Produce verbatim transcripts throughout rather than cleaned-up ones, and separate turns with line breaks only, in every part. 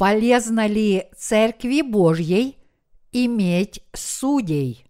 Полезно ли Церкви Божьей иметь судей?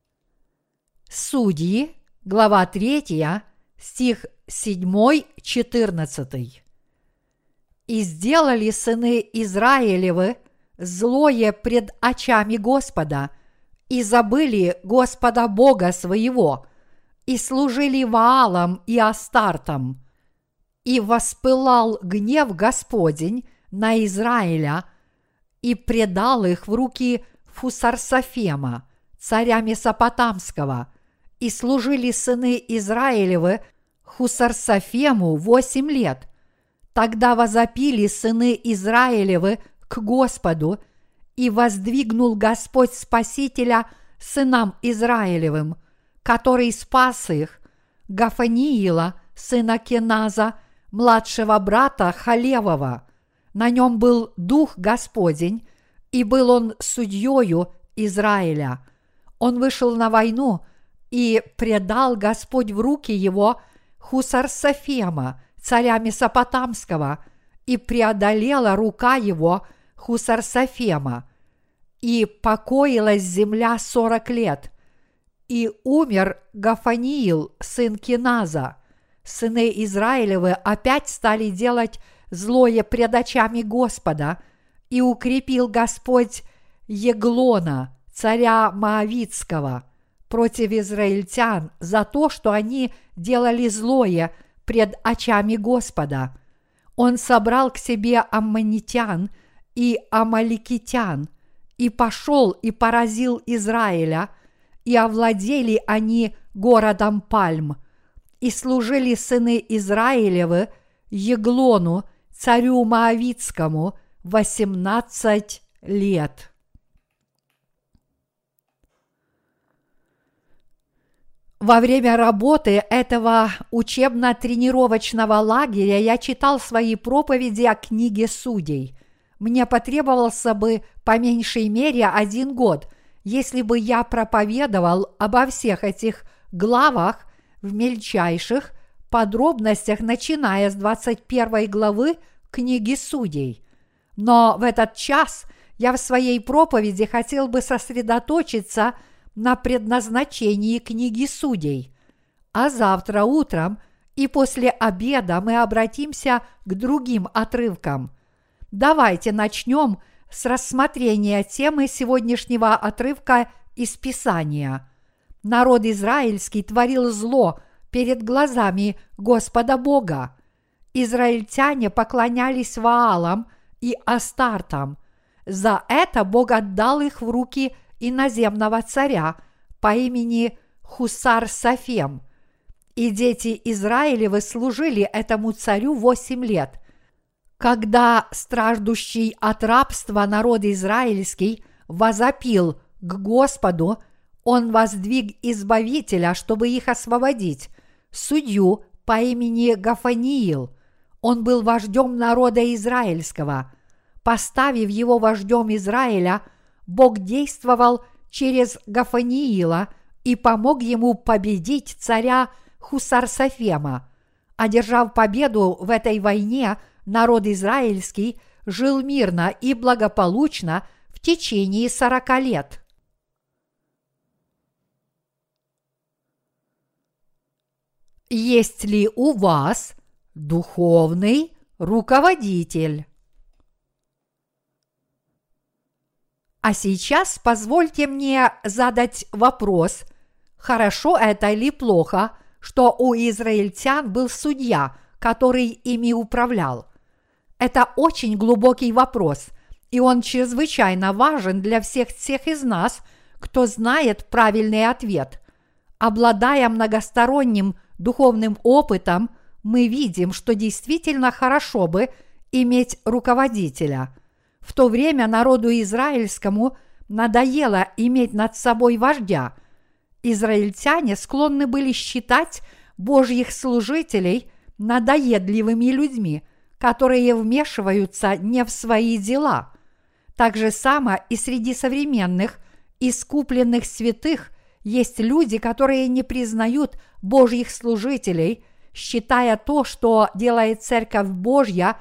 Судьи, глава третья, стих седьмой-четырнадцатый. «И сделали сыны Израилевы злое пред очами Господа, и забыли Господа Бога своего, и служили Ваалам и Астартам. И воспылал гнев Господень на Израиля, и предал их в руки Фусарсофема, царя Месопотамского, и служили сыны Израилевы Хусарсофему восемь лет. Тогда возопили сыны Израилевы к Господу, и воздвигнул Господь Спасителя сынам Израилевым, который спас их, Гафаниила, сына Кеназа, младшего брата Халевова. На нем был Дух Господень, и был он судьею Израиля. Он вышел на войну, и предал Господь в руки его Хусарсофема, царя Месопотамского, и преодолела рука его Хусарсофема, и покоилась земля сорок лет. И умер Гафаниил, сын Кеназа. Сыны Израилевы опять стали делать злое пред очами Господа, и укрепил Господь Еглона, царя Моавитского, против израильтян за то, что они делали злое пред очами Господа. Он собрал к себе аммонитян и амаликитян, и пошел и поразил Израиля, и овладели они городом Пальм, и служили сыны Израилевы Еглону, царю Моавитскому, восемнадцать лет. Во время работы этого учебно-тренировочного лагеря я читал свои проповеди о книге Судей. Мне потребовался бы по меньшей мере один год, если бы я проповедовал обо всех этих главах в мельчайших подробностях, начиная с двадцать первой главы книги Судей. Но в этот час я в своей проповеди хотел бы сосредоточиться на предназначении книги Судей. А завтра утром и после обеда мы обратимся к другим отрывкам. Давайте начнем с рассмотрения темы сегодняшнего отрывка из Писания. Народ израильский творил зло перед глазами Господа Бога. Израильтяне поклонялись Ваалам и Астартам. За это Бог отдал их в руки иноземного царя по имени Хусар-Софем. И дети Израилевы служили этому царю восемь лет. Когда страждущий от рабства народ израильский возопил к Господу, он воздвиг избавителя, чтобы их освободить, судью по имени Гафаниил. Он был вождем народа израильского. Поставив его вождем Израиля, Бог действовал через Гафаниила и помог ему победить царя Хусар-Софема. Одержав победу в этой войне, народ израильский жил мирно и благополучно в течение сорока лет. Есть ли у вас духовный руководитель? А сейчас позвольте мне задать вопрос, хорошо это или плохо, что у израильтян был судья, который ими управлял. Это очень глубокий вопрос, и он чрезвычайно важен для всех тех из нас, кто знает правильный ответ. Обладая многосторонним духовным опытом, мы видим, что действительно хорошо бы иметь руководителя. В то время народу израильскому надоело иметь над собой вождя. Израильтяне склонны были считать Божьих служителей надоедливыми людьми, которые вмешиваются не в свои дела. Так же само и среди современных искупленных святых есть люди, которые не признают Божьих служителей, считая то, что делает Церковь Божья,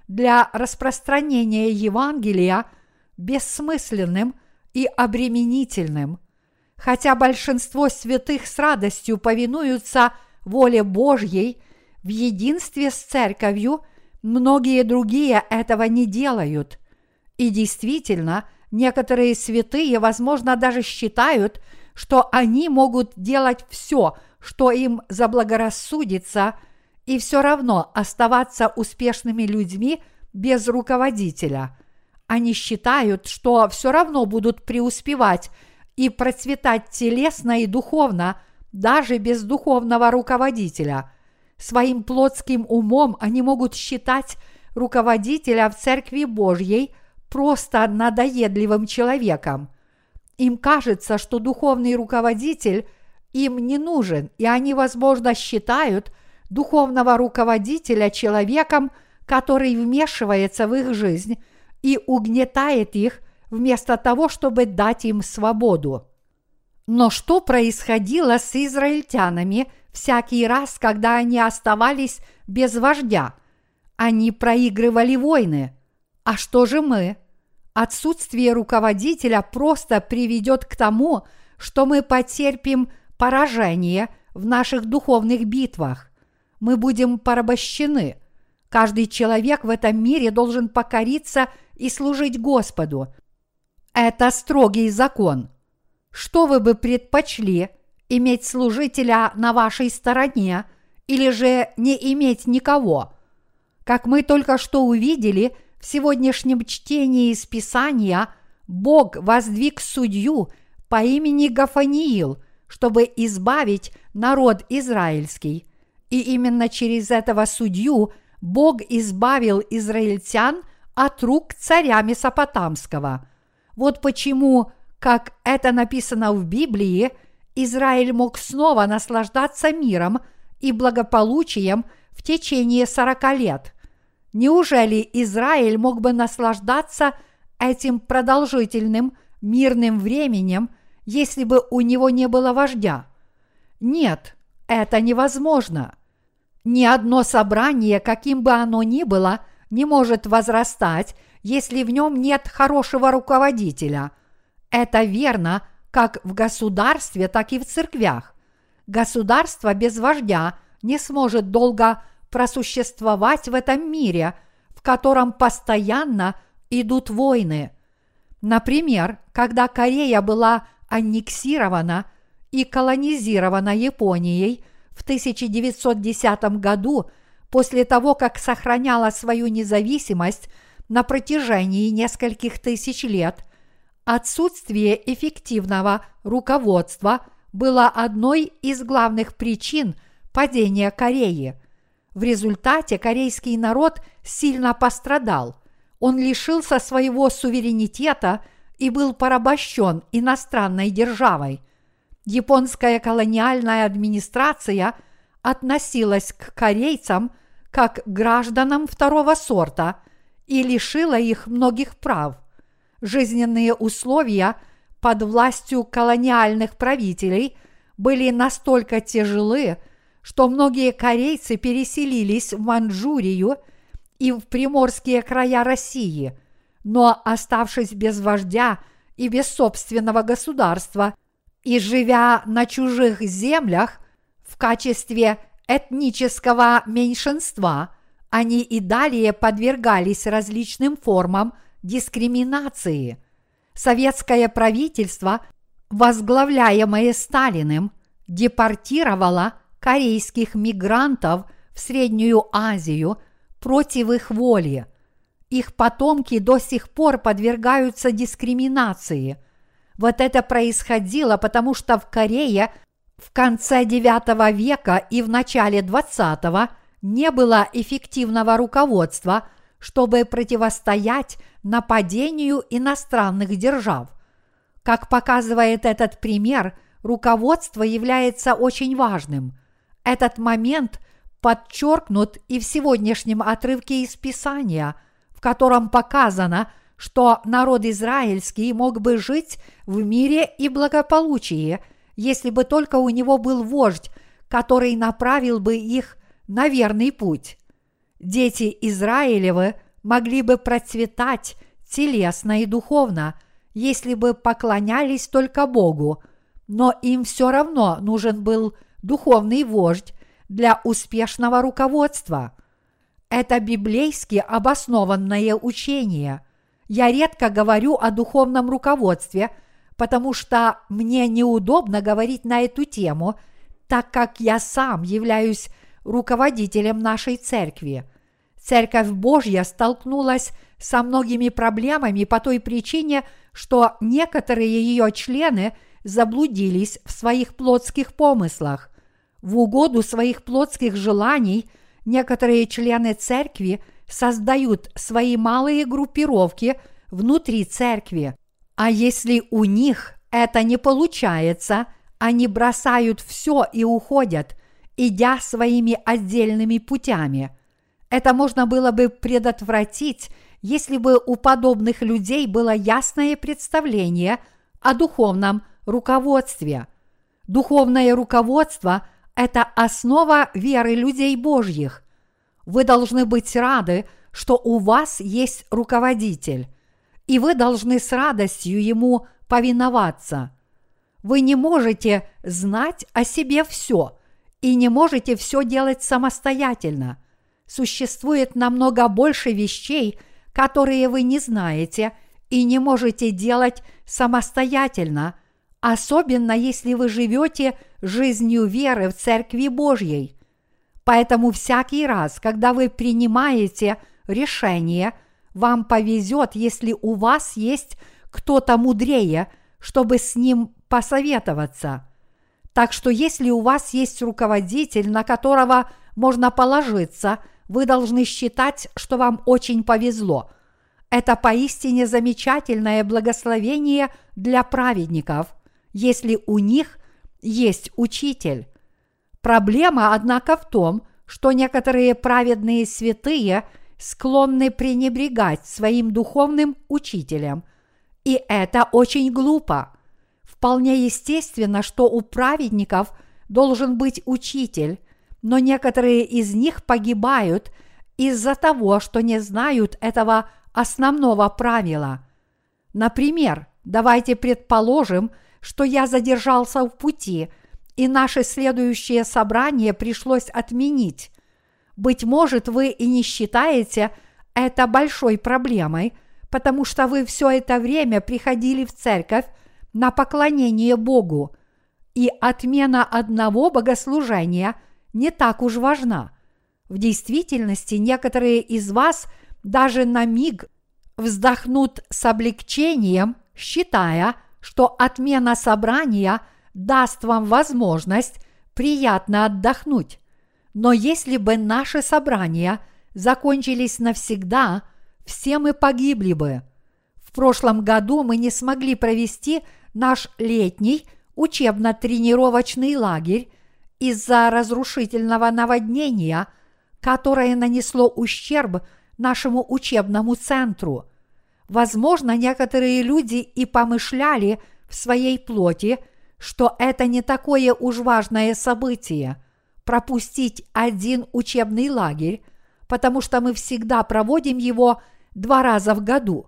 для распространения Евангелия бессмысленным и обременительным. Хотя большинство святых с радостью повинуются воле Божьей в единстве с Церковью, многие другие этого не делают. И действительно, некоторые святые, возможно, даже считают, что они могут делать все, что им заблагорассудится, и все равно оставаться успешными людьми без руководителя. Они считают, что все равно будут преуспевать и процветать телесно и духовно, даже без духовного руководителя. Своим плотским умом они могут считать руководителя в Церкви Божьей просто надоедливым человеком. Им кажется, что духовный руководитель им не нужен, и они, возможно, считают духовного руководителя человеком, который вмешивается в их жизнь и угнетает их вместо того, чтобы дать им свободу. Но что происходило с израильтянами всякий раз, когда они оставались без вождя? Они проигрывали войны. А что же мы? Отсутствие руководителя просто приведет к тому, что мы потерпим поражение в наших духовных битвах. Мы будем порабощены. Каждый человек в этом мире должен покориться и служить Господу. Это строгий закон. Что вы бы предпочли, иметь служителя на вашей стороне или же не иметь никого? Как мы только что увидели в сегодняшнем чтении из Писания, Бог воздвиг судью по имени Гафаниил, чтобы избавить народ израильский. И именно через этого судью Бог избавил израильтян от рук царя Месопотамского. Вот почему, как это написано в Библии, Израиль мог снова наслаждаться миром и благополучием в течение сорока лет. Неужели Израиль мог бы наслаждаться этим продолжительным мирным временем, если бы у него не было вождя? Нет, это невозможно. Ни одно собрание, каким бы оно ни было, не может возрастать, если в нем нет хорошего руководителя. Это верно как в государстве, так и в церквях. Государство без вождя не сможет долго просуществовать в этом мире, в котором постоянно идут войны. Например, когда Корея была аннексирована и колонизирована Японией в тысяча девятьсот десятом году, после того, как сохраняла свою независимость на протяжении нескольких тысяч лет, отсутствие эффективного руководства было одной из главных причин падения Кореи. В результате корейский народ сильно пострадал. Он лишился своего суверенитета и был порабощен иностранной державой. Японская колониальная администрация относилась к корейцам как к гражданам второго сорта и лишила их многих прав. Жизненные условия под властью колониальных правителей были настолько тяжелы, что многие корейцы переселились в Манчжурию и в приморские края России, но, оставшись без вождя и без собственного государства и живя на чужих землях в качестве этнического меньшинства, они и далее подвергались различным формам дискриминации. Советское правительство, возглавляемое Сталиным, депортировало корейских мигрантов в Среднюю Азию против их воли. Их потомки до сих пор подвергаются дискриминации. Вот это происходило, потому что в Корее в конце девятого века и в начале двадцатого не было эффективного руководства, чтобы противостоять нападению иностранных держав. Как показывает этот пример, руководство является очень важным. Этот момент подчеркнут и в сегодняшнем отрывке из Писания, в котором показано, что народ израильский мог бы жить в мире и благополучии, если бы только у него был вождь, который направил бы их на верный путь. Дети Израилевы могли бы процветать телесно и духовно, если бы поклонялись только Богу, но им все равно нужен был духовный вождь для успешного руководства. Это библейски обоснованное учение. Я редко говорю о духовном руководстве, потому что мне неудобно говорить на эту тему, так как я сам являюсь руководителем нашей церкви. Церковь Божья столкнулась со многими проблемами по той причине, что некоторые ее члены заблудились в своих плотских помыслах. В угоду своих плотских желаний некоторые члены церкви создают свои малые группировки внутри церкви, а если у них это не получается, они бросают все и уходят, идя своими отдельными путями. Это можно было бы предотвратить, если бы у подобных людей было ясное представление о духовном руководстве. Духовное руководство – это основа веры людей Божьих. Вы должны быть рады, что у вас есть руководитель, и вы должны с радостью ему повиноваться. Вы не можете знать о себе все и не можете все делать самостоятельно. Существует намного больше вещей, которые вы не знаете и не можете делать самостоятельно, особенно если вы живете жизнью веры в Церкви Божьей. Поэтому всякий раз, когда вы принимаете решение, вам повезет, если у вас есть кто-то мудрее, чтобы с ним посоветоваться. Так что если у вас есть руководитель, на которого можно положиться, вы должны считать, что вам очень повезло. Это поистине замечательное благословение для праведников, если у них есть учитель. Проблема, однако, в том, что некоторые праведные святые склонны пренебрегать своим духовным учителем, и это очень глупо. Вполне естественно, что у праведников должен быть учитель, но некоторые из них погибают из-за того, что не знают этого основного правила. Например, давайте предположим, что я задержался в пути, и наше следующее собрание пришлось отменить. Быть может, вы и не считаете это большой проблемой, потому что вы все это время приходили в церковь на поклонение Богу, и отмена одного богослужения не так уж важна. В действительности некоторые из вас даже на миг вздохнут с облегчением, считая, что отмена собрания даст вам возможность приятно отдохнуть. Но если бы наши собрания закончились навсегда, все мы погибли бы. В прошлом году мы не смогли провести наш летний учебно-тренировочный лагерь из-за разрушительного наводнения, которое нанесло ущерб нашему учебному центру. Возможно, некоторые люди и помышляли в своей плоти, что это не такое уж важное событие – пропустить один учебный лагерь, потому что мы всегда проводим его два раза в году.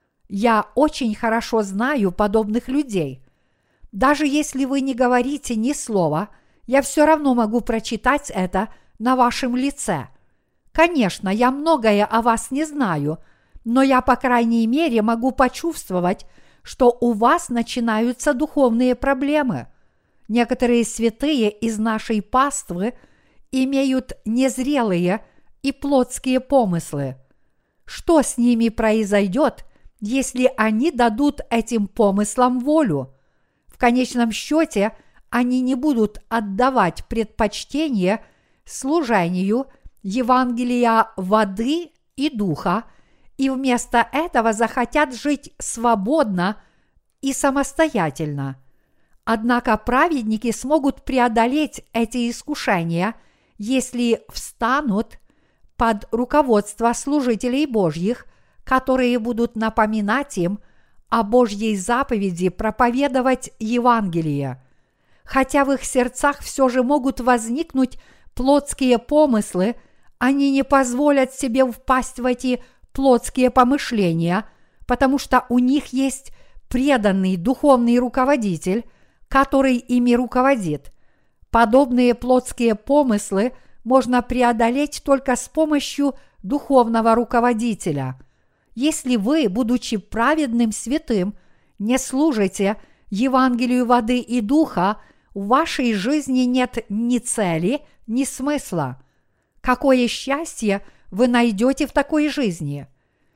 Я очень хорошо знаю подобных людей. Даже если вы не говорите ни слова, я все равно могу прочитать это на вашем лице. Конечно, я многое о вас не знаю, но я, по крайней мере, могу почувствовать, что у вас начинаются духовные проблемы. Некоторые святые из нашей паствы имеют незрелые и плотские помыслы. Что с ними произойдет, если они дадут этим помыслам волю? В конечном счете, они не будут отдавать предпочтение служению Евангелия воды и духа, и вместо этого захотят жить свободно и самостоятельно. Однако праведники смогут преодолеть эти искушения, если встанут под руководство служителей Божьих, которые будут напоминать им о Божьей заповеди проповедовать Евангелие. Хотя в их сердцах все же могут возникнуть плотские помыслы, они не позволят себе впасть в эти плотские помышления, потому что у них есть преданный духовный руководитель, который ими руководит. Подобные плотские помыслы можно преодолеть только с помощью духовного руководителя. Если вы, будучи праведным святым, не служите Евангелию воды и духа, в вашей жизни нет ни цели, ни смысла. Какое счастье вы найдете в такой жизни?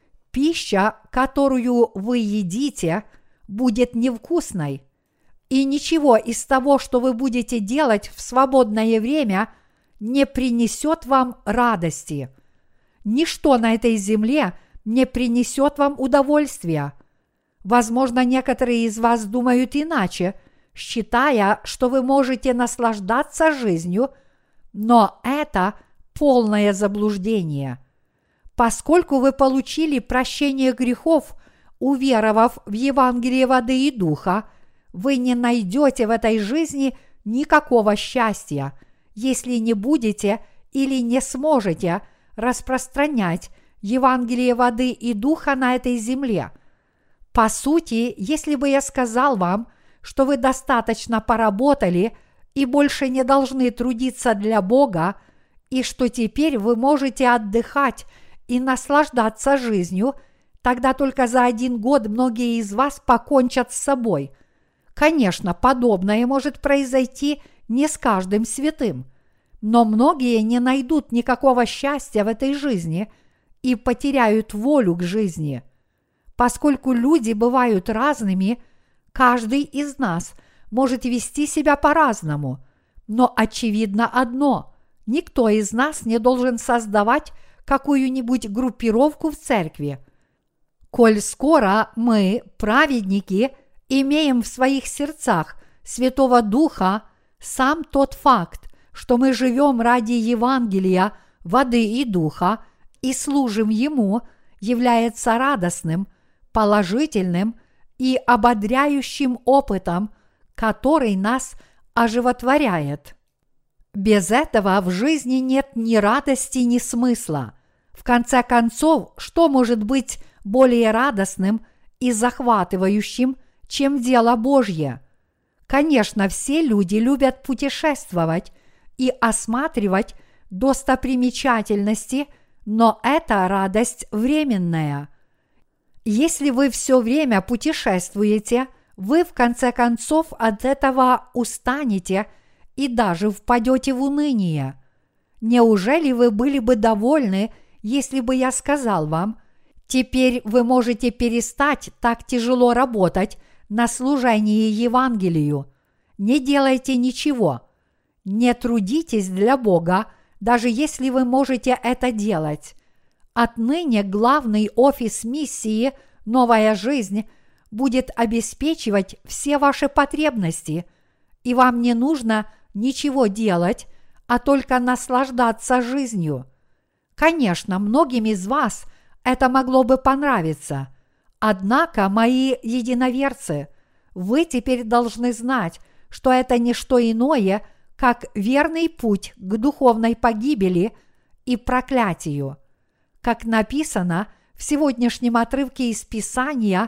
Пища, которую вы едите, будет невкусной, и ничего из того, что вы будете делать в свободное время, не принесет вам радости. Ничто на этой земле не принесет вам удовольствия. Возможно, некоторые из вас думают иначе, считая, что вы можете наслаждаться жизнью, но это полное заблуждение. Поскольку вы получили прощение грехов, уверовав в Евангелие воды и духа, вы не найдете в этой жизни никакого счастья, если не будете или не сможете распространять Евангелие воды и духа на этой земле. По сути, если бы я сказал вам, что вы достаточно поработали и больше не должны трудиться для Бога, и что теперь вы можете отдыхать и наслаждаться жизнью, тогда только за один год многие из вас покончат с собой. Конечно, подобное может произойти не с каждым святым, но многие не найдут никакого счастья в этой жизни и потеряют волю к жизни. Поскольку люди бывают разными, каждый из нас может вести себя по-разному, но очевидно одно – никто из нас не должен создавать какую-нибудь группировку в церкви. Коль скоро мы, праведники, имеем в своих сердцах Святого Духа, сам тот факт, что мы живем ради Евангелия, воды и духа и служим Ему, является радостным, положительным и ободряющим опытом, который нас оживотворяет. Без этого в жизни нет ни радости, ни смысла. В конце концов, что может быть более радостным и захватывающим, чем дело Божье? Конечно, все люди любят путешествовать и осматривать достопримечательности, но эта радость временная. Если вы все время путешествуете, вы в конце концов от этого устанете и даже впадете в уныние. Неужели вы были бы довольны, если бы я сказал вам: теперь вы можете перестать так тяжело работать на служении Евангелию, не делайте ничего, не трудитесь для Бога, даже если вы можете это делать. Отныне главный офис миссии «Новая жизнь» будет обеспечивать все ваши потребности, и вам не нужно ничего делать, а только наслаждаться жизнью. Конечно, многим из вас это могло бы понравиться. Однако, мои единоверцы, вы теперь должны знать, что это не что иное, как верный путь к духовной погибели и проклятию. Как написано в сегодняшнем отрывке из Писания,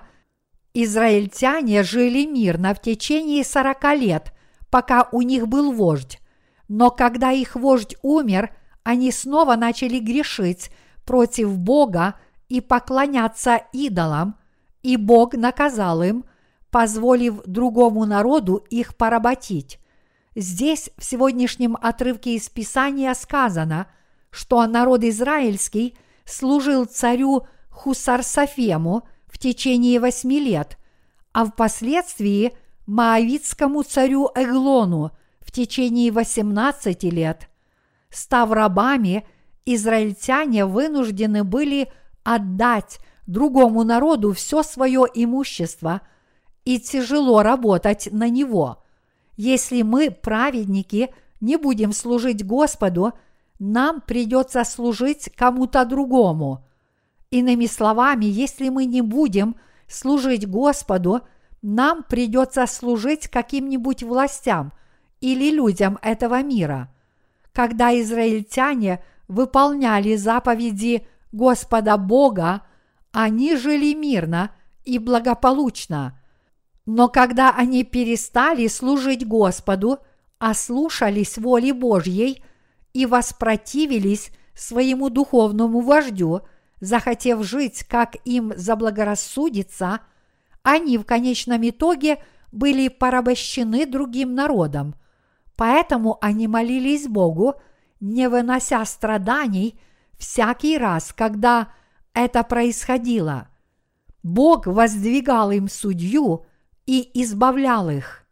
израильтяне жили мирно в течение сорока лет, пока у них был вождь. Но когда их вождь умер, они снова начали грешить против Бога и поклоняться идолам, и Бог наказал им, позволив другому народу их поработить. Здесь в сегодняшнем отрывке из Писания сказано, что народ израильский служил царю Хусарсафему в течение восьми лет, а впоследствии моавитскому царю Эглону в течение восемнадцати лет. Став рабами, израильтяне вынуждены были отдать другому народу все свое имущество и тяжело работать на него. Если мы, праведники, не будем служить Господу, нам придется служить кому-то другому. Иными словами, если мы не будем служить Господу, нам придется служить каким-нибудь властям или людям этого мира. Когда израильтяне выполняли заповеди Господа Бога, они жили мирно и благополучно. Но когда они перестали служить Господу, ослушались воли Божьей и воспротивились своему духовному вождю, захотев жить, как им заблагорассудится, они в конечном итоге были порабощены другим народом. Поэтому они молились Богу, не вынося страданий всякий раз, когда это происходило. Бог воздвигал им судью и избавлял их.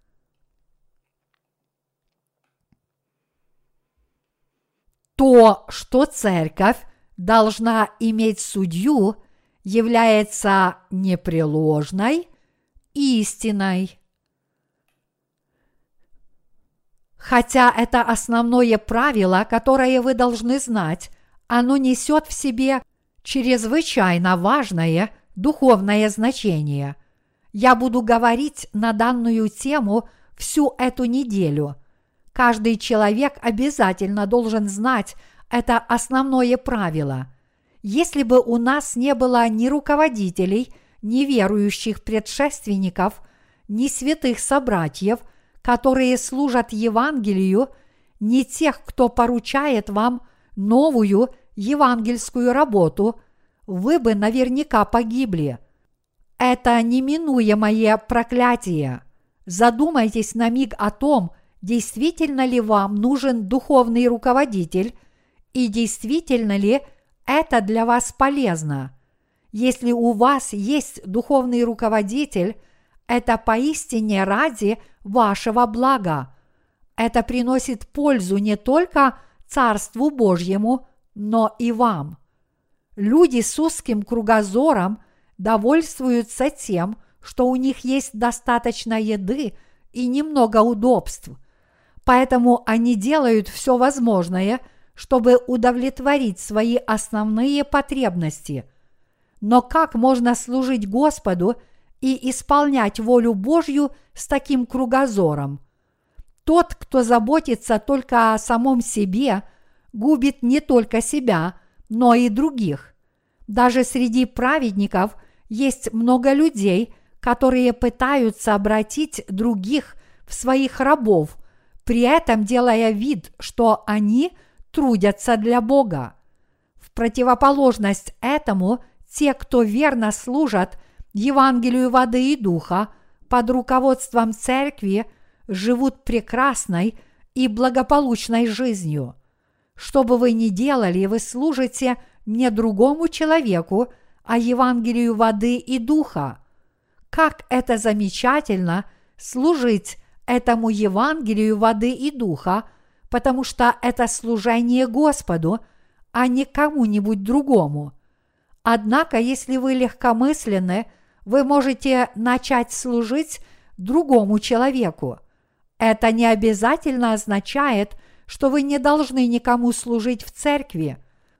То, что церковь должна иметь судью, является непреложной истиной. Хотя это основное правило, которое вы должны знать, оно несет в себе чрезвычайно важное духовное значение. Я буду говорить на данную тему всю эту неделю. Каждый человек обязательно должен знать это основное правило. Если бы у нас не было ни руководителей, ни верующих предшественников, ни святых собратьев, которые служат Евангелию, ни тех, кто поручает вам новую евангельскую работу, вы бы наверняка погибли. Это неминуемое проклятие. Задумайтесь на миг о том, действительно ли вам нужен духовный руководитель и действительно ли это для вас полезно. Если у вас есть духовный руководитель, это поистине ради вашего блага. Это приносит пользу не только Царству Божьему, но и вам. Люди с узким кругозором довольствуются тем, что у них есть достаточно еды и немного удобств. Поэтому они делают все возможное, чтобы удовлетворить свои основные потребности. Но как можно служить Господу и исполнять волю Божью с таким кругозором? Тот, кто заботится только о самом себе, губит не только себя, но и других. Даже среди праведников есть много людей, которые пытаются обратить других в своих рабов, при этом делая вид, что они трудятся для Бога. В противоположность этому, те, кто верно служат Евангелию воды и духа под руководством церкви, живут прекрасной и благополучной жизнью. Что бы вы ни делали, вы служите не другому человеку, а Евангелию воды и духа. Как это замечательно служить этому Евангелию воды и духа, потому что это служение Господу, а не кому-нибудь другому. Однако, если вы легкомысленны, вы можете начать служить другому человеку. Это не обязательно означает, что вы не должны никому служить в церкви.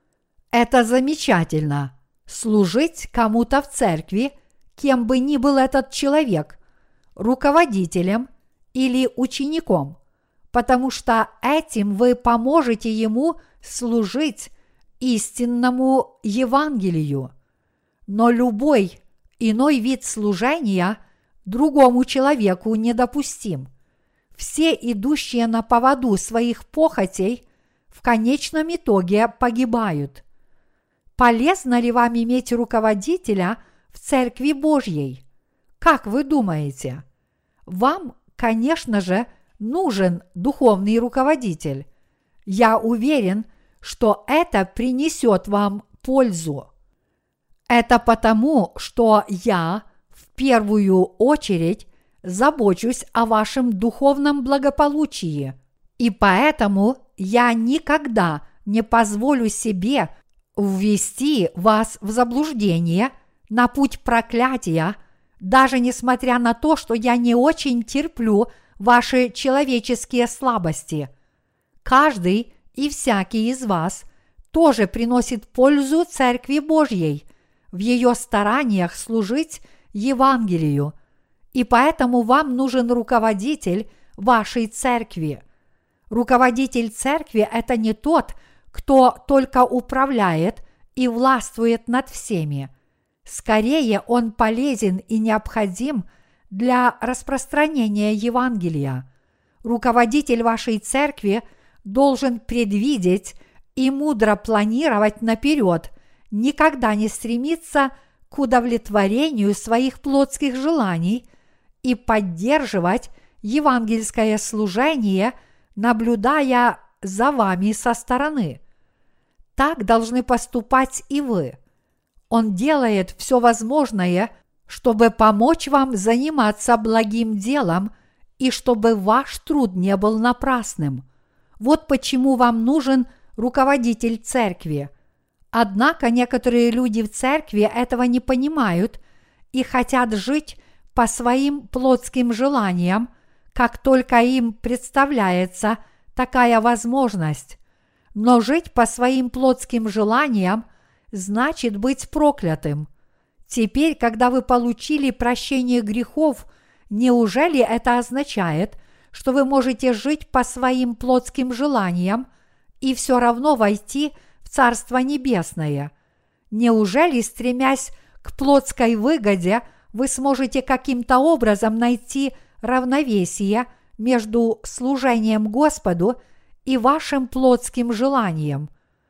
Это замечательно – служить кому-то в церкви, кем бы ни был этот человек, руководителем или учеником, потому что этим вы поможете ему служить истинному Евангелию. Но любой иной вид служения другому человеку недопустим. Все, идущие на поводу своих похотей, в конечном итоге погибают. Полезно ли вам иметь руководителя в Церкви Божьей? Как вы думаете? Вам, конечно же, нужен духовный руководитель. Я уверен, что это принесет вам пользу. Это потому, что я в первую очередь забочусь о вашем духовном благополучии, и поэтому я никогда не позволю себе ввести вас в заблуждение на путь проклятия, даже несмотря на то, что я не очень терплю ваши человеческие слабости. Каждый и всякий из вас тоже приносит пользу Церкви Божьей в ее стараниях служить Евангелию, и поэтому вам нужен руководитель вашей церкви. Руководитель церкви – это не тот, кто только управляет и властвует над всеми. Скорее, он полезен и необходим для распространения Евангелия. Руководитель вашей церкви должен предвидеть и мудро планировать наперед, никогда не стремиться к удовлетворению своих плотских желаний и поддерживать евангельское служение, наблюдая за вами со стороны. Так должны поступать и вы. Он делает все возможное, чтобы помочь вам заниматься благим делом и чтобы ваш труд не был напрасным. Вот почему вам нужен руководитель церкви. Однако некоторые люди в церкви этого не понимают и хотят жить по своим плотским желаниям, как только им представляется такая возможность. Но жить по своим плотским желаниям значит быть проклятым. Теперь, когда вы получили прощение грехов, неужели это означает, что вы можете жить по своим плотским желаниям и все равно войти в Царство Небесное? Неужели, стремясь к плотской выгоде, вы сможете каким-то образом найти равновесие между служением Господу и вашим плотским желанием?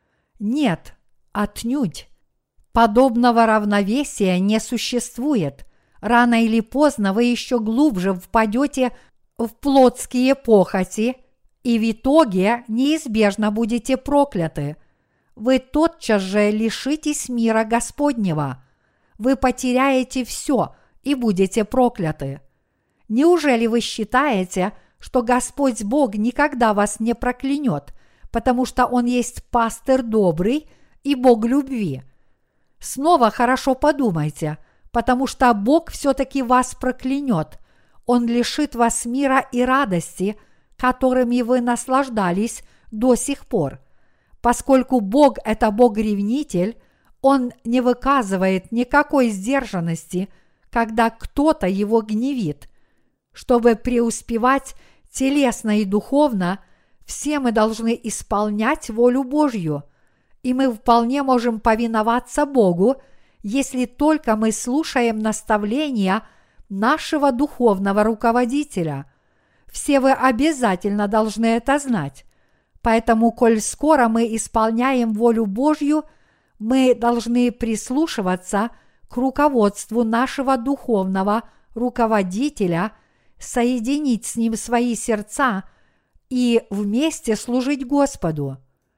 Нет, отнюдь. Подобного равновесия не существует. Рано или поздно вы еще глубже впадете в плотские похоти, и в итоге неизбежно будете прокляты. Вы тотчас же лишитесь мира Господнего. Вы потеряете все и будете прокляты. Неужели вы считаете, что Господь Бог никогда вас не проклянет, потому что Он есть пастырь добрый и Бог любви? Снова хорошо подумайте, потому что Бог все-таки вас проклянет. Он лишит вас мира и радости, которыми вы наслаждались до сих пор. Поскольку Бог – это Бог-ревнитель, Он не выказывает никакой сдержанности, когда кто-то Его гневит. Чтобы преуспевать телесно и духовно, все мы должны исполнять волю Божью, и мы вполне можем повиноваться Богу, если только мы слушаем наставления нашего духовного руководителя. Все вы обязательно должны это знать. Поэтому, коль скоро мы исполняем волю Божью, мы должны прислушиваться к руководству нашего духовного руководителя, соединить с ним свои сердца и вместе служить Господу.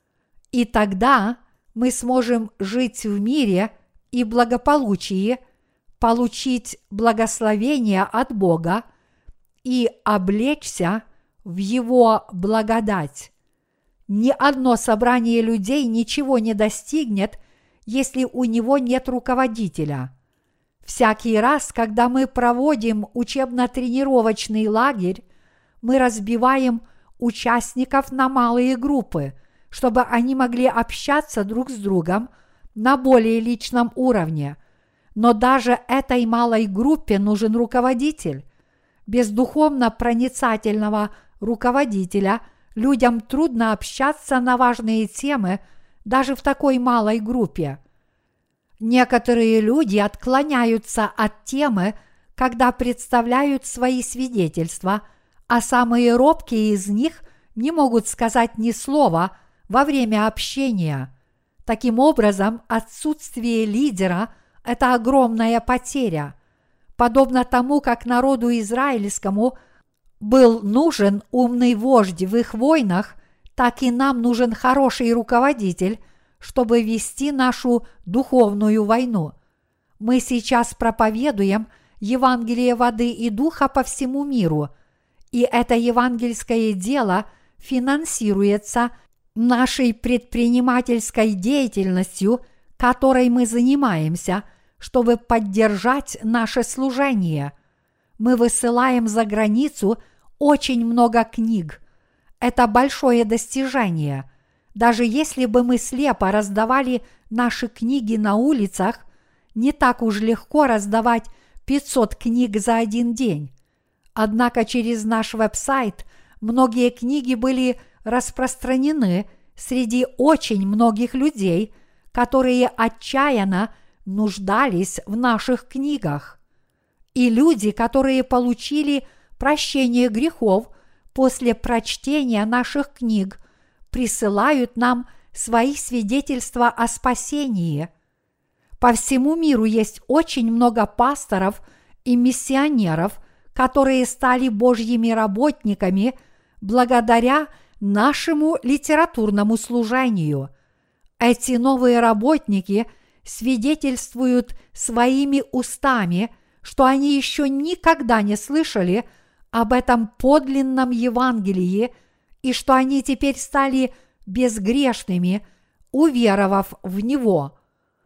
И тогда мы сможем жить в мире и благополучии, получить благословение от Бога и облечься в Его благодать. Ни одно собрание людей ничего не достигнет, если у него нет руководителя. Всякий раз, когда мы проводим учебно-тренировочный лагерь, мы разбиваем участников на малые группы, чтобы они могли общаться друг с другом на более личном уровне. Но даже этой малой группе нужен руководитель. Без духовно проницательного руководителя людям трудно общаться на важные темы даже в такой малой группе. Некоторые люди отклоняются от темы, когда представляют свои свидетельства, а самые робкие из них не могут сказать ни слова во время общения. Таким образом, отсутствие лидера – это огромная потеря. Подобно тому, как народу израильскому был нужен умный вождь в их войнах, так и нам нужен хороший руководитель, чтобы вести нашу духовную войну. Мы сейчас проповедуем Евангелие воды и духа по всему миру, и это евангельское дело финансируется нашей предпринимательской деятельностью, которой мы занимаемся, чтобы поддержать наше служение. Мы высылаем за границу очень много книг. Это большое достижение. Даже если бы мы слепо раздавали наши книги на улицах, не так уж легко раздавать пятьсот книг за один день. Однако через наш веб-сайт многие книги были распространены среди очень многих людей, которые отчаянно нуждались в наших книгах, и люди, которые получили прощение грехов после прочтения наших книг, присылают нам свои свидетельства о спасении. По всему миру есть очень много пасторов и миссионеров, которые стали Божьими работниками благодаря нашему литературному служению. Эти новые работники свидетельствуют своими устами, что они еще никогда не слышали об этом подлинном Евангелии и что они теперь стали безгрешными, уверовав в него.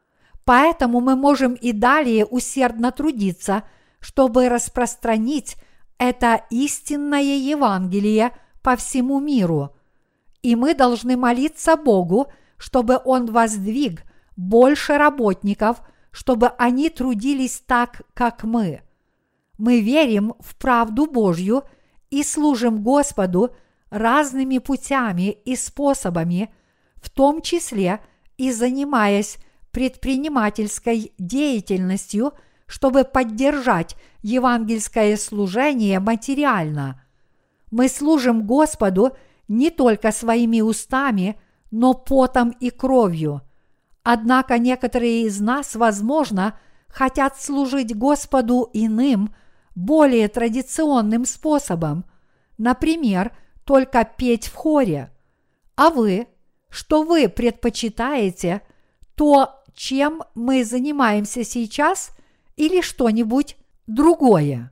Поэтому мы можем и далее усердно трудиться, чтобы распространить это истинное Евангелие по всему миру. И мы должны молиться Богу, чтобы Он воздвиг больше работников, чтобы они трудились так, как мы. Мы верим в правду Божью и служим Господу разными путями и способами, в том числе и занимаясь предпринимательской деятельностью, чтобы поддержать евангельское служение материально. Мы служим Господу не только своими устами, но потом и кровью. Однако некоторые из нас, возможно, хотят служить Господу иным, более традиционным способом, например, только петь в хоре. А вы, что вы предпочитаете, то, чем мы занимаемся сейчас, или что-нибудь другое?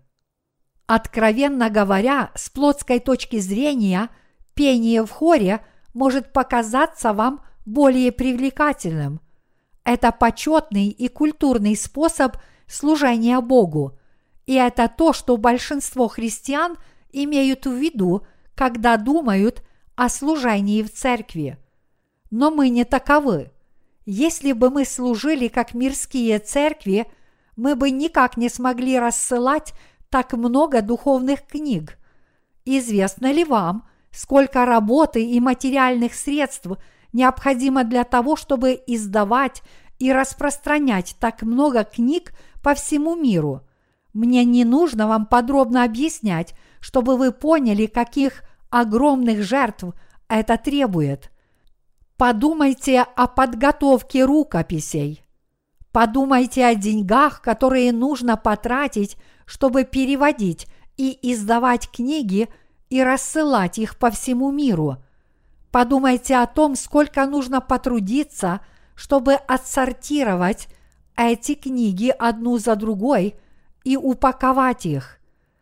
Откровенно говоря, с плотской точки зрения, пение в хоре может показаться вам более привлекательным. Это почетный и культурный способ служения Богу, и это то, что большинство христиан имеют в виду, когда думают о служении в церкви. Но мы не таковы. Если бы мы служили как мирские церкви, мы бы никак не смогли рассылать так много духовных книг. Известно ли вам, сколько работы и материальных средств необходимо для того, чтобы издавать и распространять так много книг по всему миру? Мне не нужно вам подробно объяснять, чтобы вы поняли, каких огромных жертв это требует. Подумайте о подготовке рукописей. Подумайте о деньгах, которые нужно потратить, чтобы переводить и издавать книги и рассылать их по всему миру. Подумайте о том, сколько нужно потрудиться, чтобы отсортировать эти книги одну за другой и упаковать их.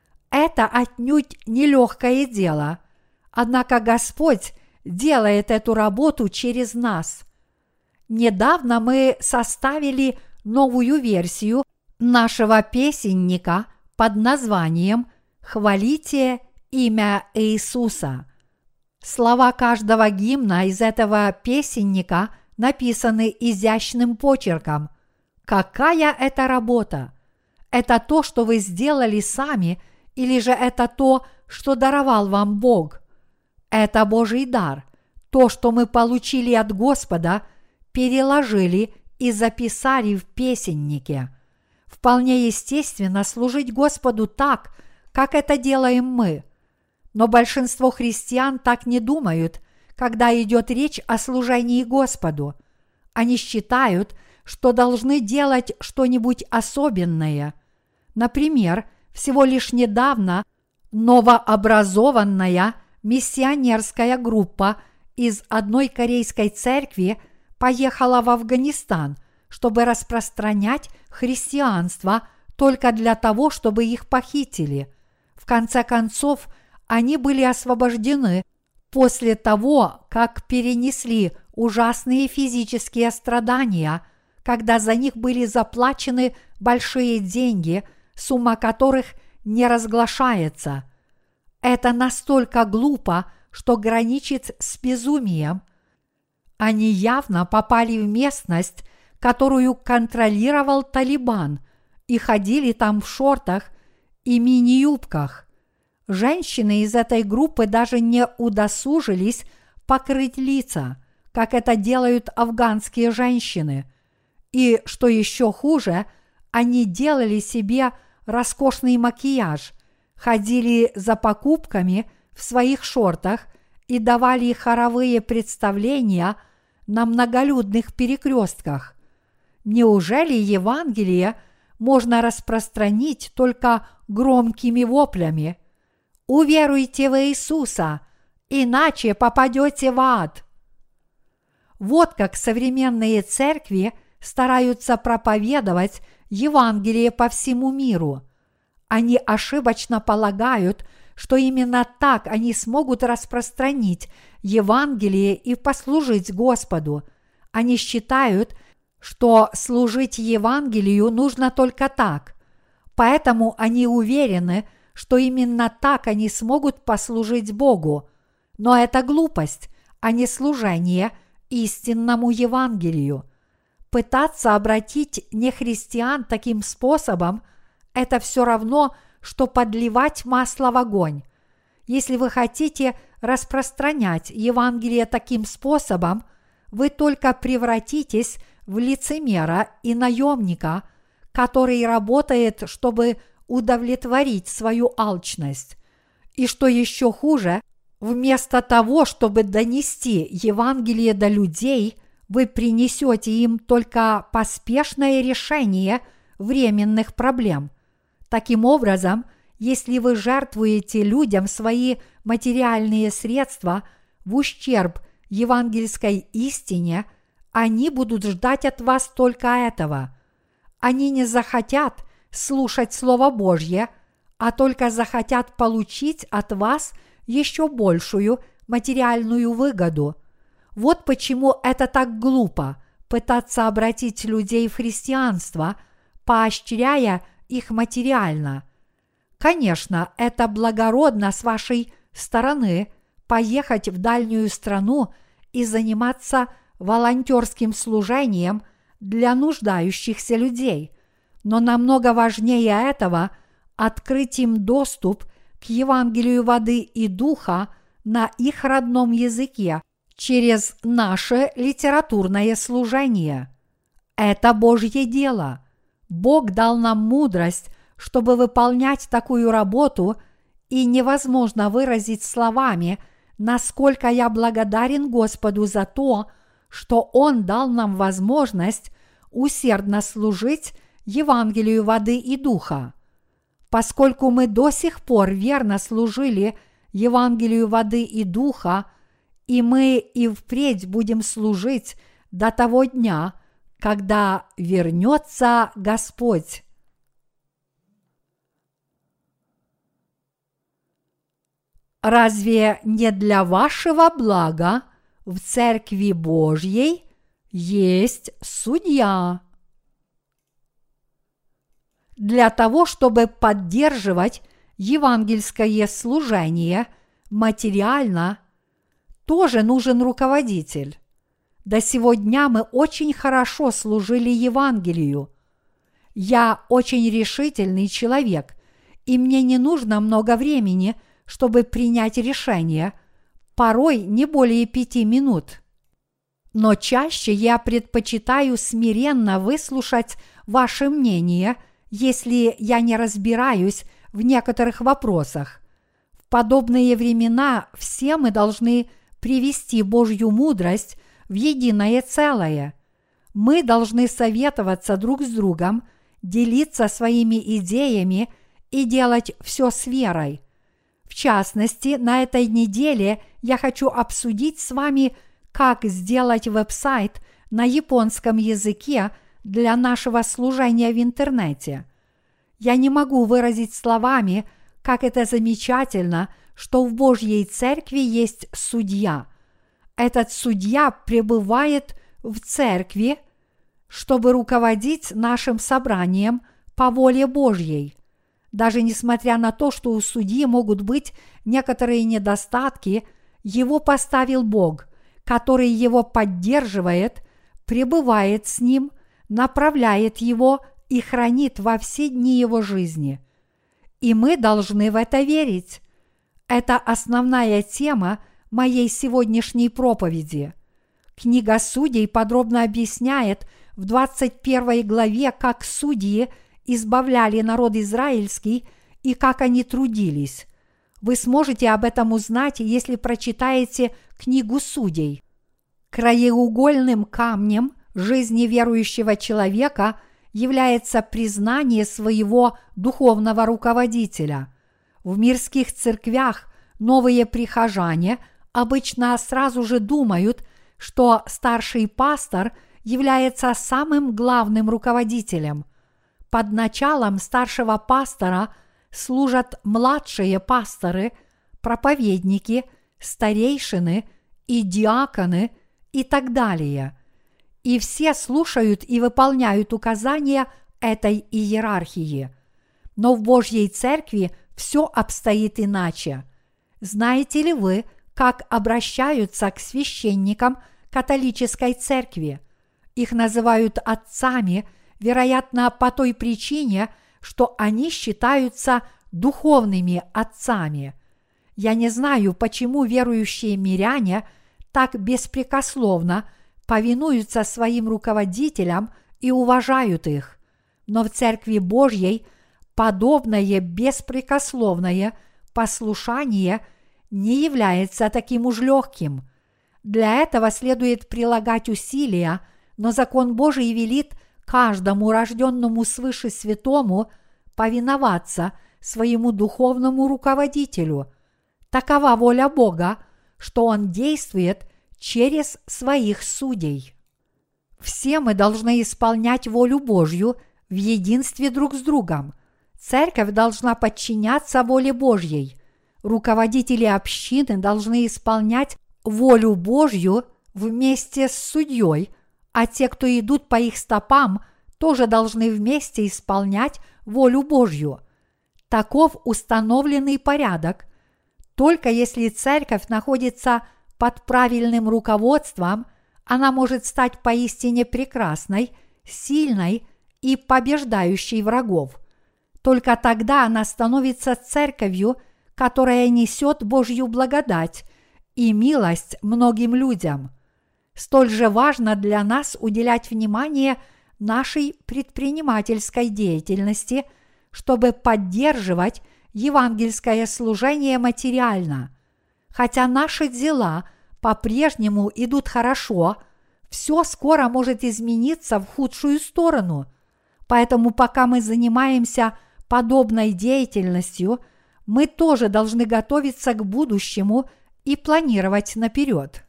Это отнюдь нелегкое дело, однако Господь делает эту работу через нас. Недавно мы составили новую версию нашего песенника под названием «Хвалите имя Иисуса». Слова каждого гимна из этого песенника написаны изящным почерком. Какая это работа! Это то, что вы сделали сами, или же это то, что даровал вам Бог? Это Божий дар. То, что мы получили от Господа, переложили и записали в песеннике. Вполне естественно служить Господу так, как это делаем мы. Но большинство христиан так не думают, когда идет речь о служении Господу. Они считают, что должны делать что-нибудь особенное. Например, всего лишь недавно новообразованная миссионерская группа из одной корейской церкви поехала в Афганистан, чтобы распространять христианство только для того, чтобы их похитили. В конце концов, они были освобождены после того, как перенесли ужасные физические страдания, когда за них были заплачены большие деньги, сумма которых не разглашается. Это настолько глупо, что граничит с безумием. Они явно попали в местность, которую контролировал Талибан, и ходили там в шортах и мини-юбках. Женщины из этой группы даже не удосужились покрыть лица. как это делают афганские женщины. И, что еще хуже, они делали себе роскошный макияж, ходили за покупками в своих шортах и давали хоровые представления на многолюдных перекрестках. Неужели Евангелие можно распространить только громкими воплями? «Уверуйте в Иисуса, иначе попадете в ад!» Вот как современные церкви стараются проповедовать Евангелие по всему миру. Они ошибочно полагают, что именно так они смогут распространить Евангелие и послужить Господу. Они считают, что служить Евангелию нужно только так. Поэтому они уверены, что именно так они смогут послужить Богу. Но это глупость, а не служение истинному Евангелию. Пытаться обратить нехристиан таким способом – это все равно, что подливать масло в огонь. Если вы хотите распространять Евангелие таким способом, вы только превратитесь в лицемера и наемника, который работает, чтобы удовлетворить свою алчность. И что еще хуже, вместо того, чтобы донести Евангелие до людей, вы принесете им только поспешное решение временных проблем. Таким образом, если вы жертвуете людям свои материальные средства в ущерб евангельской истине, они будут ждать от вас только этого. Они не захотят слушать Слово Божье, а только захотят получить от вас еще большую материальную выгоду. Вот почему это так глупо пытаться обратить людей в христианство, поощряя их материально. Конечно, это благородно с вашей стороны поехать в дальнюю страну и заниматься волонтерским служением для нуждающихся людей, но намного важнее этого открыть им доступ к Евангелию воды и духа на их родном языке через наше литературное служение. Это Божье дело. Бог дал нам мудрость, чтобы выполнять такую работу, и невозможно выразить словами, насколько я благодарен Господу за то, что Он дал нам возможность усердно служить Евангелию воды и духа. Поскольку мы до сих пор верно служили Евангелию воды и духа, и мы и впредь будем служить до того дня, когда вернется Господь. Разве не для вашего блага в Церкви Божьей есть судья? Для того, чтобы поддерживать евангельское служение материально, тоже нужен руководитель. До сего дня мы очень хорошо служили Евангелию. Я очень решительный человек, и мне не нужно много времени, чтобы принять решение, порой не более пяти минут. Но чаще я предпочитаю смиренно выслушать ваше мнение, если я не разбираюсь в некоторых вопросах. В подобные времена все мы должны привести Божью мудрость в единое целое. Мы должны советоваться друг с другом, делиться своими идеями и делать все с верой. В частности, на этой неделе я хочу обсудить с вами, как сделать веб-сайт на японском языке для нашего служения в интернете. Я не могу выразить словами, как это замечательно, что в Божьей Церкви есть судья. Этот судья пребывает в Церкви, чтобы руководить нашим собранием по воле Божьей. Даже несмотря на то, что у судьи могут быть некоторые недостатки, его поставил Бог, который его поддерживает, пребывает с ним, направляет его и хранит во все дни его жизни. И мы должны в это верить. Это основная тема моей сегодняшней проповеди. Книга Судей подробно объясняет в двадцать первой главе, как судьи избавляли народ израильский и как они трудились. Вы сможете об этом узнать, если прочитаете книгу Судей. Краеугольным камнем жизни верующего человека является признание своего духовного руководителя. В мирских церквях новые прихожане обычно сразу же думают, что старший пастор является самым главным руководителем. Под началом старшего пастора служат младшие пасторы, проповедники, старейшины и диаконы и так далее. И все слушают и выполняют указания этой иерархии. Но в Божьей Церкви все обстоит иначе. Знаете ли вы, как обращаются к священникам католической церкви? Их называют отцами, вероятно, по той причине, что они считаются духовными отцами. Я не знаю, почему верующие миряне так беспрекословно повинуются своим руководителям и уважают их. Но в Церкви Божьей подобное беспрекословное послушание не является таким уж легким. Для этого следует прилагать усилия, но закон Божий велит каждому рожденному свыше святому повиноваться своему духовному руководителю. Такова воля Бога, что Он действует через своих судей. Все мы должны исполнять волю Божью в единстве друг с другом. Церковь должна подчиняться воле Божьей. Руководители общины должны исполнять волю Божью вместе с судьей, а те, кто идут по их стопам, тоже должны вместе исполнять волю Божью. Таков установленный порядок. Только если церковь находится под правильным руководством, она может стать поистине прекрасной, сильной и побеждающей врагов. Только тогда она становится церковью, которая несет Божью благодать и милость многим людям. Столь же важно для нас уделять внимание нашей предпринимательской деятельности, чтобы поддерживать евангельское служение материально. Хотя наши дела по-прежнему идут хорошо, все скоро может измениться в худшую сторону. Поэтому пока мы занимаемся подобной деятельностью, мы тоже должны готовиться к будущему и планировать наперед.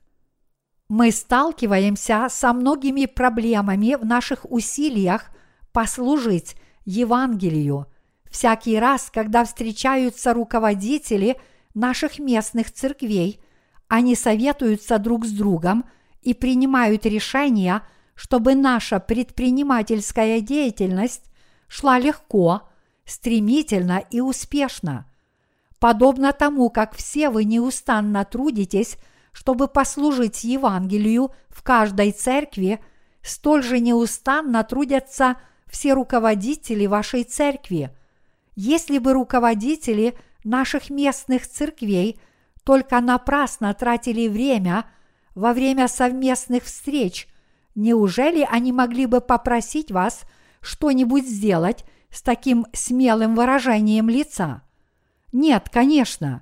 Мы сталкиваемся со многими проблемами в наших усилиях послужить Евангелию. Всякий раз, когда встречаются руководители наших местных церквей, они советуются друг с другом и принимают решения, чтобы наша предпринимательская деятельность шла легко, стремительно и успешно. Подобно тому, как все вы неустанно трудитесь, чтобы послужить Евангелию в каждой церкви, столь же неустанно трудятся все руководители вашей церкви. Если бы руководители наших местных церквей только напрасно тратили время во время совместных встреч, неужели они могли бы попросить вас что-нибудь сделать с таким смелым выражением лица? Нет, конечно.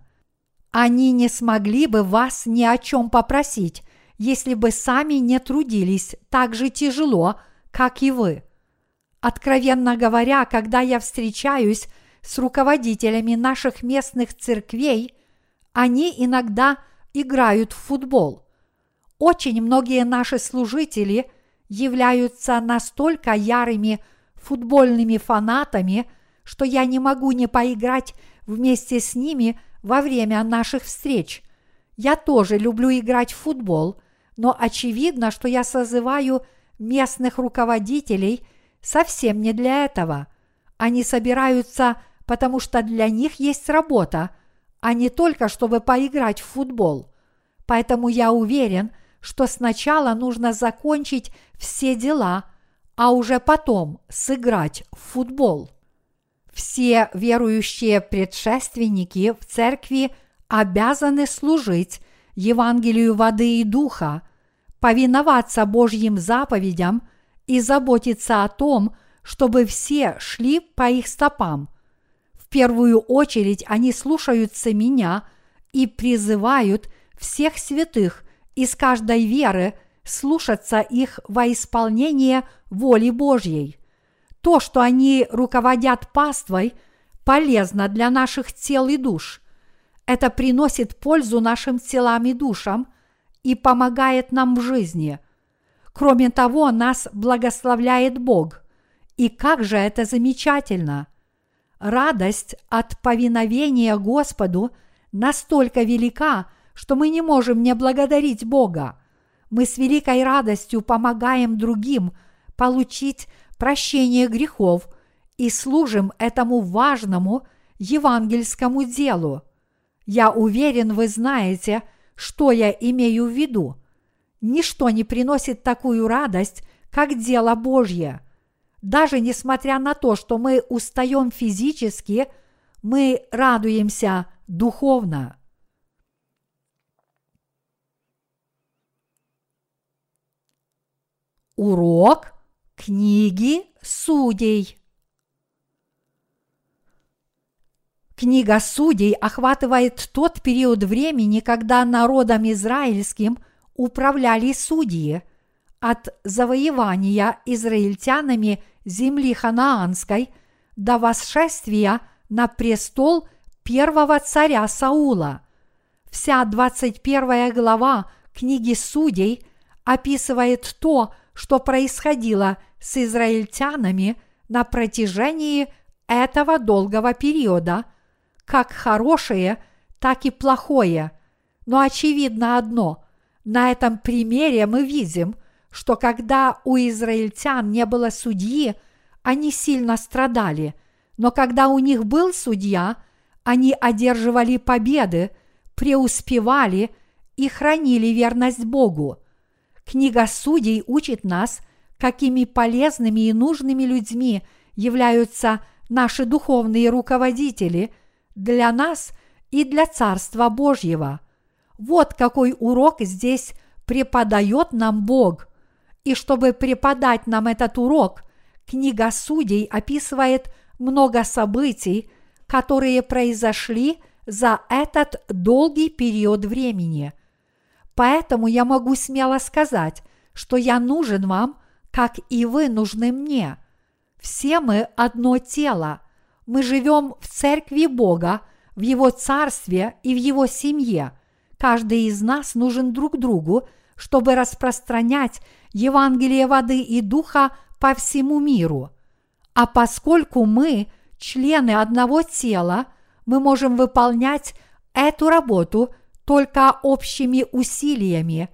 Они не смогли бы вас ни о чем попросить, если бы сами не трудились так же тяжело, как и вы. Откровенно говоря, когда я встречаюсь с руководителями наших местных церквей, они иногда играют в футбол. Очень многие наши служители являются настолько ярыми футбольными фанатами, что я не могу не поиграть вместе с ними во время наших встреч. Я тоже люблю играть в футбол, но очевидно, что я созываю местных руководителей совсем не для этого. Они собираются, потому что для них есть работа, а не только чтобы поиграть в футбол. Поэтому я уверен, что сначала нужно закончить все дела, а уже потом сыграть в футбол. Все верующие предшественники в церкви обязаны служить Евангелию воды и духа. повиноваться Божьим заповедям и заботиться о том, чтобы все шли по их стопам. В первую очередь они слушаются меня и призывают всех святых из каждой веры слушаться их во исполнение воли Божьей. То, что они руководят паствой, полезно для наших тел и душ. Это приносит пользу нашим телам и душам и помогает нам в жизни. Кроме того, нас благословляет Бог. И как же это замечательно! Радость от повиновения Господу настолько велика, что мы не можем не благодарить Бога. Мы с великой радостью помогаем другим получить прощение грехов и служим этому важному евангельскому делу. Я уверен, вы знаете, что я имею в виду. Ничто не приносит такую радость, как дело Божье. Даже несмотря на то, что мы устаем физически, мы радуемся духовно. Урок книги Судей. Книга Судей охватывает тот период времени, когда народом израильским управляли судьи. От завоевания израильтянами земли ханаанской до восшествия на престол первого царя Саула. Вся двадцать первая глава книги Судей описывает то, что происходило с израильтянами на протяжении этого долгого периода, как хорошее, так и плохое. Но очевидно одно: на этом примере мы видим, что когда у израильтян не было судьи, они сильно страдали, но когда у них был судья, они одерживали победы, преуспевали и хранили верность Богу. Книга Судей учит нас, какими полезными и нужными людьми являются наши духовные руководители для нас и для Царства Божьего. Вот какой урок здесь преподает нам Бог. И чтобы преподать нам этот урок, книга Судей описывает много событий, которые произошли за этот долгий период времени. Поэтому я могу смело сказать, что я нужен вам, как и вы нужны мне. Все мы одно тело. Мы живем в церкви Бога, в Его царстве и в Его семье. Каждый из нас нужен друг другу, чтобы распространять Евангелие воды и духа по всему миру. А поскольку мы члены одного тела, мы можем выполнять эту работу только общими усилиями.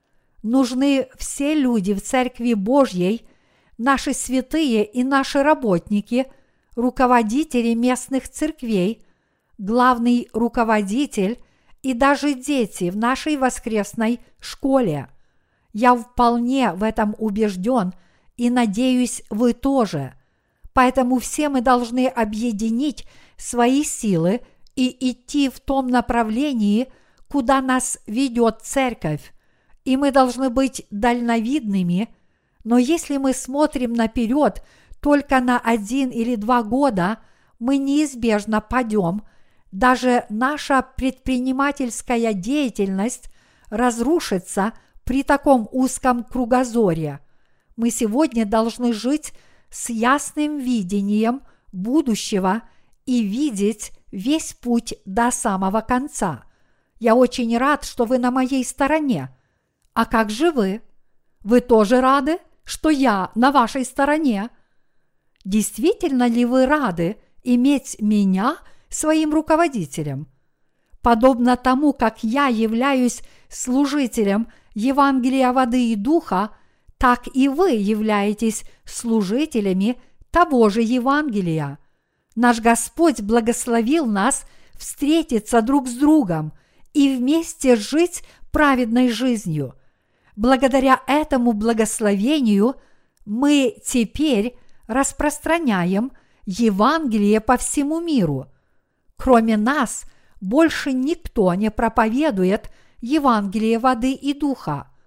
Нужны все люди в Церкви Божьей, наши святые и наши работники, руководители местных церквей, главный руководитель и даже дети в нашей воскресной школе. Я вполне в этом убежден и надеюсь, вы тоже. Поэтому все мы должны объединить свои силы и идти в том направлении, куда нас ведет церковь. И мы должны быть дальновидными, но если мы смотрим наперед только на один или два года, мы неизбежно падем. Даже наша предпринимательская деятельность разрушится при таком узком кругозоре. Мы сегодня должны жить с ясным видением будущего и видеть весь путь до самого конца. Я очень рад, что вы на моей стороне. А как же вы? Вы тоже рады, что я на вашей стороне? Действительно ли вы рады иметь меня своим руководителем? Подобно тому, как я являюсь служителем Евангелия воды и духа, так и вы являетесь служителями того же Евангелия. Наш Господь благословил нас встретиться друг с другом и вместе жить праведной жизнью. Благодаря этому благословению мы теперь распространяем Евангелие по всему миру. Кроме нас, больше никто не проповедует Евангелие воды и духа.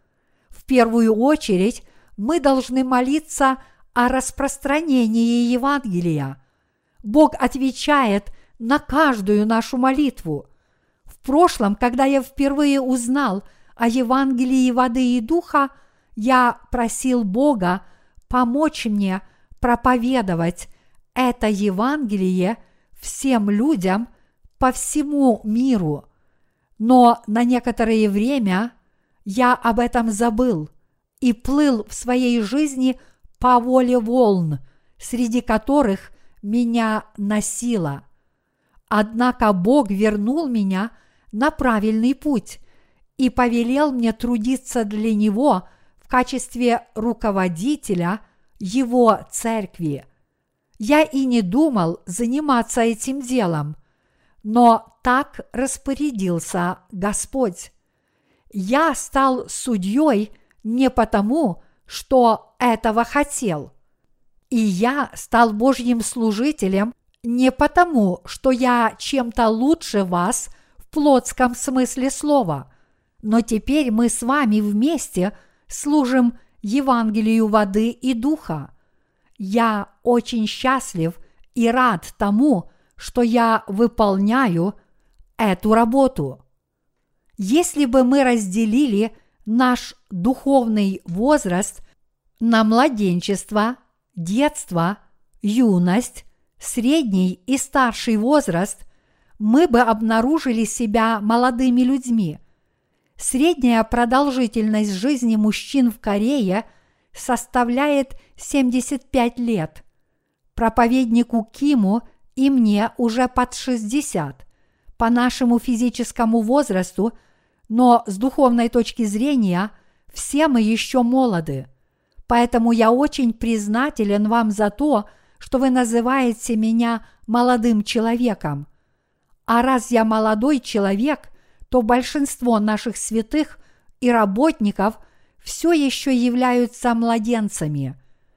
в первую очередь мы должны молиться о распространении Евангелия. Бог отвечает на каждую нашу молитву. В прошлом, когда я впервые узнал о Евангелии воды и духа, я просил Бога помочь мне проповедовать это Евангелие всем людям по всему миру. Но на некоторое время я об этом забыл и плыл в своей жизни по воле волн, среди которых меня носило. Однако Бог вернул меня на правильный путь и повелел мне трудиться для Него в качестве руководителя Его церкви. Я и не думал заниматься этим делом, но так распорядился Господь. Я стал судьей не потому, что этого хотел, и я стал Божьим служителем не потому, что я чем-то лучше вас в плотском смысле слова, но теперь мы с вами вместе служим Евангелию воды и духа. Я очень счастлив и рад тому, что я выполняю эту работу. Если бы мы разделили наш духовный возраст на младенчество, детство, юность, средний и старший возраст, мы бы обнаружили себя молодыми людьми. Средняя продолжительность жизни мужчин в Корее составляет семьдесят пять лет. Проповеднику Киму и мне уже под шестьдесят по нашему физическому возрасту, но с духовной точки зрения все мы еще молоды. Поэтому я очень признателен вам за то, что вы называете меня молодым человеком. А раз я молодой человек, то большинство наших святых и работников все еще являются младенцами.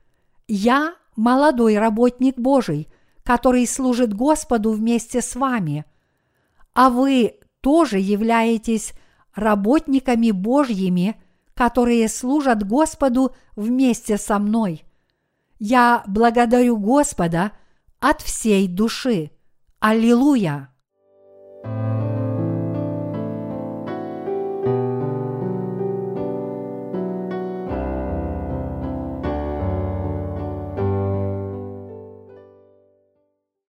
Я молодой работник Божий, который служит Господу вместе с вами, а вы тоже являетесь работниками Божьими, которые служат Господу вместе со мной. Я благодарю Господа от всей души. Аллилуйя!